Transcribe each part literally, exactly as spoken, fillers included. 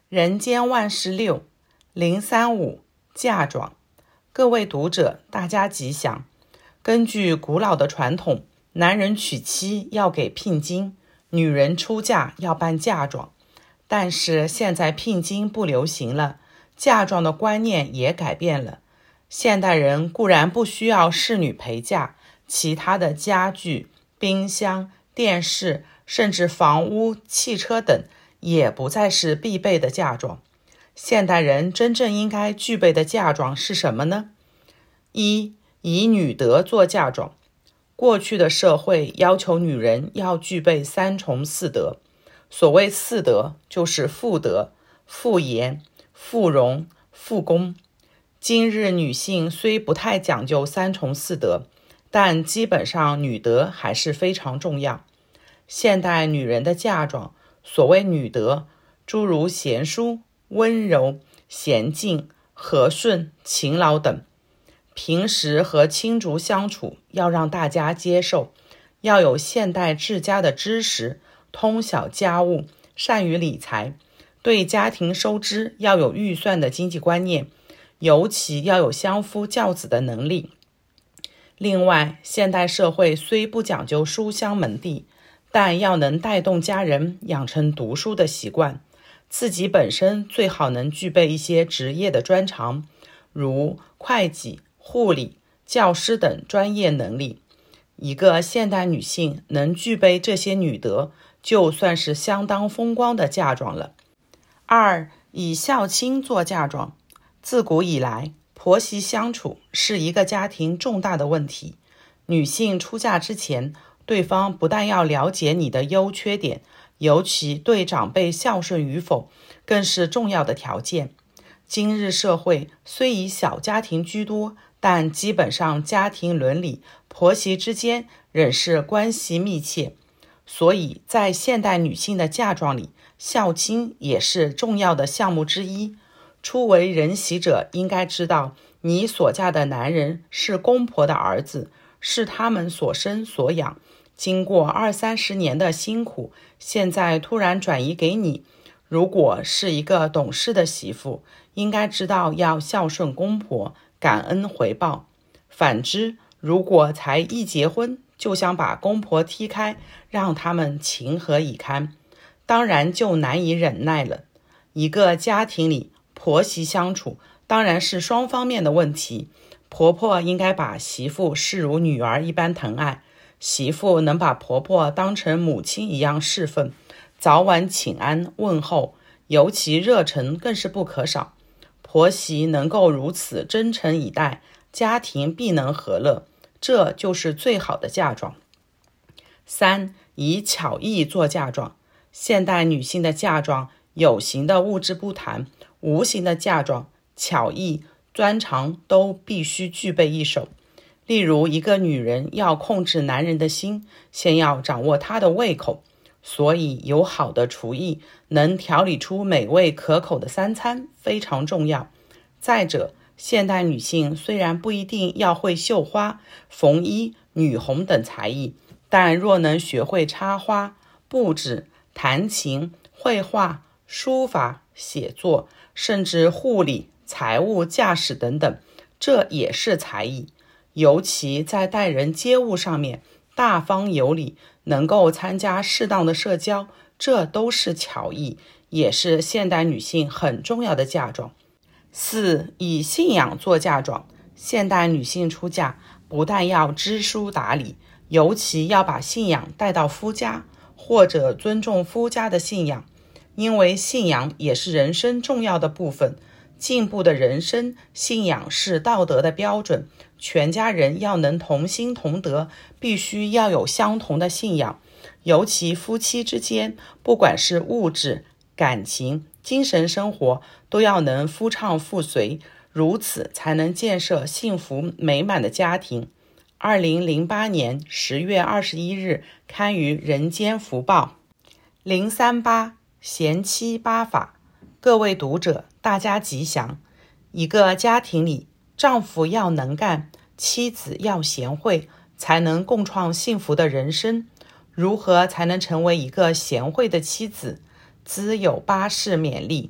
人间万事六，零三五嫁妆。各位读者，大家吉祥。根据古老的传统，男人娶妻要给聘金，女人出嫁要办嫁妆。但是现在聘金不流行了，嫁妆的观念也改变了。现代人固然不需要侍女陪嫁，其他的家具、冰箱、电视，甚至房屋、汽车等也不再是必备的嫁妆。现代人真正应该具备的嫁妆是什么呢？一、以女德做嫁妆。过去的社会要求女人要具备三从四德。所谓四德，就是妇德、妇言、妇容、妇功。今日女性虽不太讲究三从四德，但基本上女德还是非常重要。现代女人的嫁妆，所谓女德，诸如贤淑、温柔、娴静、和顺、勤劳等。平时和亲族相处要让大家接受，要有现代治家的知识，通晓家务，善于理财，对家庭收支要有预算的经济观念，尤其要有相夫教子的能力。另外，现代社会虽不讲究书香门第，但要能带动家人养成读书的习惯，自己本身最好能具备一些职业的专长，如会计、护理、教师等专业能力。一个现代女性能具备这些女德，就算是相当风光的嫁妆了。二、以孝亲做嫁妆。自古以来，婆媳相处是一个家庭重大的问题。女性出嫁之前，对方不但要了解你的优缺点，尤其对长辈孝顺与否，更是重要的条件。今日社会虽以小家庭居多，但基本上家庭伦理，婆媳之间仍是关系密切。所以在现代女性的嫁妆里，孝亲也是重要的项目之一。初为人媳者应该知道，你所嫁的男人是公婆的儿子，是他们所生所养，经过二三十年的辛苦，现在突然转移给你。如果是一个懂事的媳妇，应该知道要孝顺公婆，感恩回报。反之，如果才一结婚就想把公婆踢开，让他们情何以堪，当然就难以忍耐了。一个家庭里，婆媳相处当然是双方面的问题，婆婆应该把媳妇视如女儿一般疼爱，媳妇能把婆婆当成母亲一样侍奉，早晚请安问候，尤其热忱更是不可少。婆媳能够如此真诚以待，家庭必能和乐，这就是最好的嫁妆。三、以巧艺做嫁妆。现代女性的嫁妆，有形的物质不谈，无形的嫁妆，巧艺、专长都必须具备一手。例如，一个女人要控制男人的心，先要掌握他的胃口，所以有好的厨艺，能调理出美味可口的三餐非常重要。再者，现代女性虽然不一定要会绣花、缝衣、女红等才艺，但若能学会插花、布置、弹琴、绘画、书法、写作，甚至护理、财务、驾驶等等，这也是才艺。尤其在待人接物上面，大方有礼，能够参加适当的社交，这都是巧艺，也是现代女性很重要的嫁妆。四、以信仰做嫁妆。现代女性出嫁，不但要知书达理，尤其要把信仰带到夫家，或者尊重夫家的信仰，因为信仰也是人生重要的部分。进步的人生，信仰是道德的标准，全家人要能同心同德，必须要有相同的信仰。尤其夫妻之间，不管是物质、感情、精神生活，都要能夫唱妇随，如此才能建设幸福美满的家庭。二零零八年十月二十一日刊于《人间福报》。零三八贤妻八法。各位读者，大家吉祥。一个家庭里，丈夫要能干，妻子要贤惠，才能共创幸福的人生。如何才能成为一个贤惠的妻子？兹有八事勉励。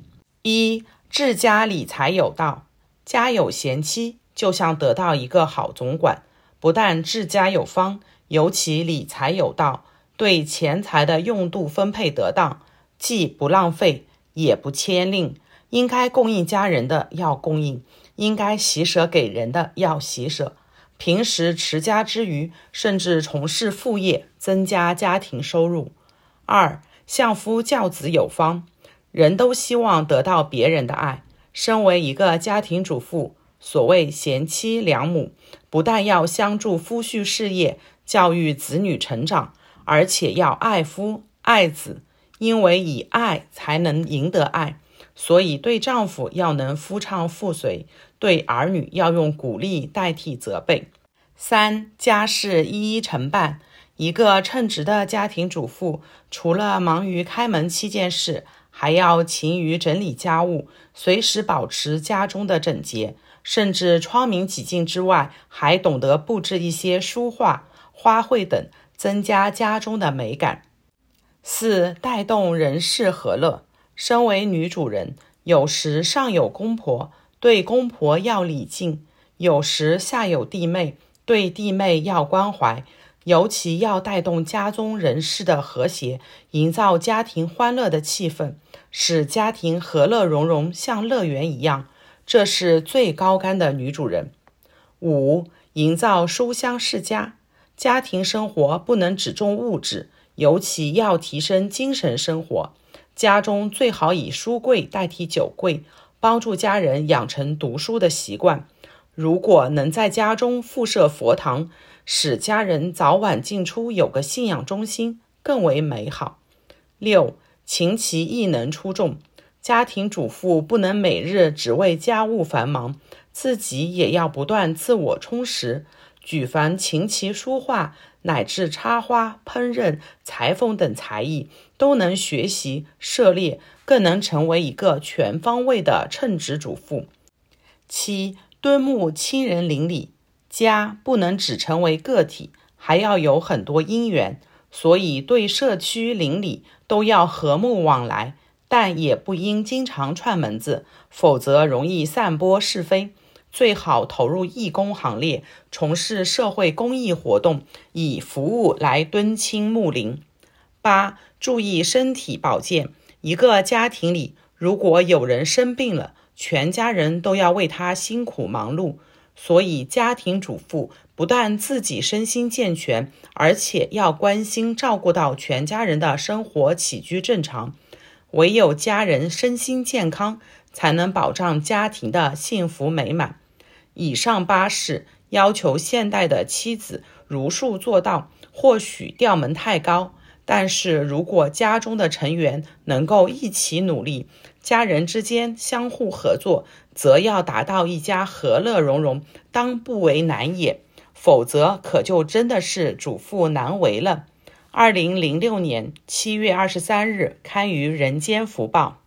一、治家理财有道。家有贤妻，就像得到一个好总管，不但治家有方，尤其理财有道，对钱财的用度分配得当，既不浪费，也不牵令，应该供应家人的要供应，应该习舍给人的要习舍。平时持家之余，甚至从事副业，增加家庭收入。二、相夫教子有方。人都希望得到别人的爱，身为一个家庭主妇，所谓贤妻良母，不但要相助夫婿事业，教育子女成长，而且要爱夫爱子，因为以爱才能赢得爱，所以对丈夫要能夫唱妇随，对儿女要用鼓励代替责备。三、家事一一承办。一个称职的家庭主妇，除了忙于开门七件事，还要勤于整理家务，随时保持家中的整洁，甚至窗明几净之外，还懂得布置一些书画、花卉等，增加家中的美感。四、带动人事和乐。身为女主人，有时上有公婆，对公婆要礼敬；有时下有弟妹，对弟妹要关怀。尤其要带动家中人事的和谐，营造家庭欢乐的气氛，使家庭和乐融融，像乐园一样，这是最高干的女主人。五、营造书香世家。家庭生活不能只重物质，尤其要提升精神生活。家中最好以书柜代替酒柜，帮助家人养成读书的习惯。如果能在家中附设佛堂，使家人早晚进出有个信仰中心，更为美好。六、勤其艺能出众。家庭主妇不能每日只为家务繁忙，自己也要不断自我充实。举凡琴棋书画，乃至插花、烹饪、裁缝等才艺，都能学习涉猎，更能成为一个全方位的称职主妇。七、敦睦亲人邻里。家不能只成为个体，还要有很多因缘，所以对社区邻里都要和睦往来，但也不应经常串门子，否则容易散播是非。最好投入义工行列，从事社会公益活动，以服务来敦亲睦邻。八、注意身体保健。一个家庭里，如果有人生病了，全家人都要为他辛苦忙碌。所以家庭主妇不但自己身心健全，而且要关心照顾到全家人的生活起居正常。唯有家人身心健康，才能保障家庭的幸福美满。以上八事要求现代的妻子如数做到，或许调门太高，但是如果家中的成员能够一起努力，家人之间相互合作，则要达到一家和乐融融，当不为难也，否则可就真的是主妇难为了。二零零六年七月二十三日刊于人间福报。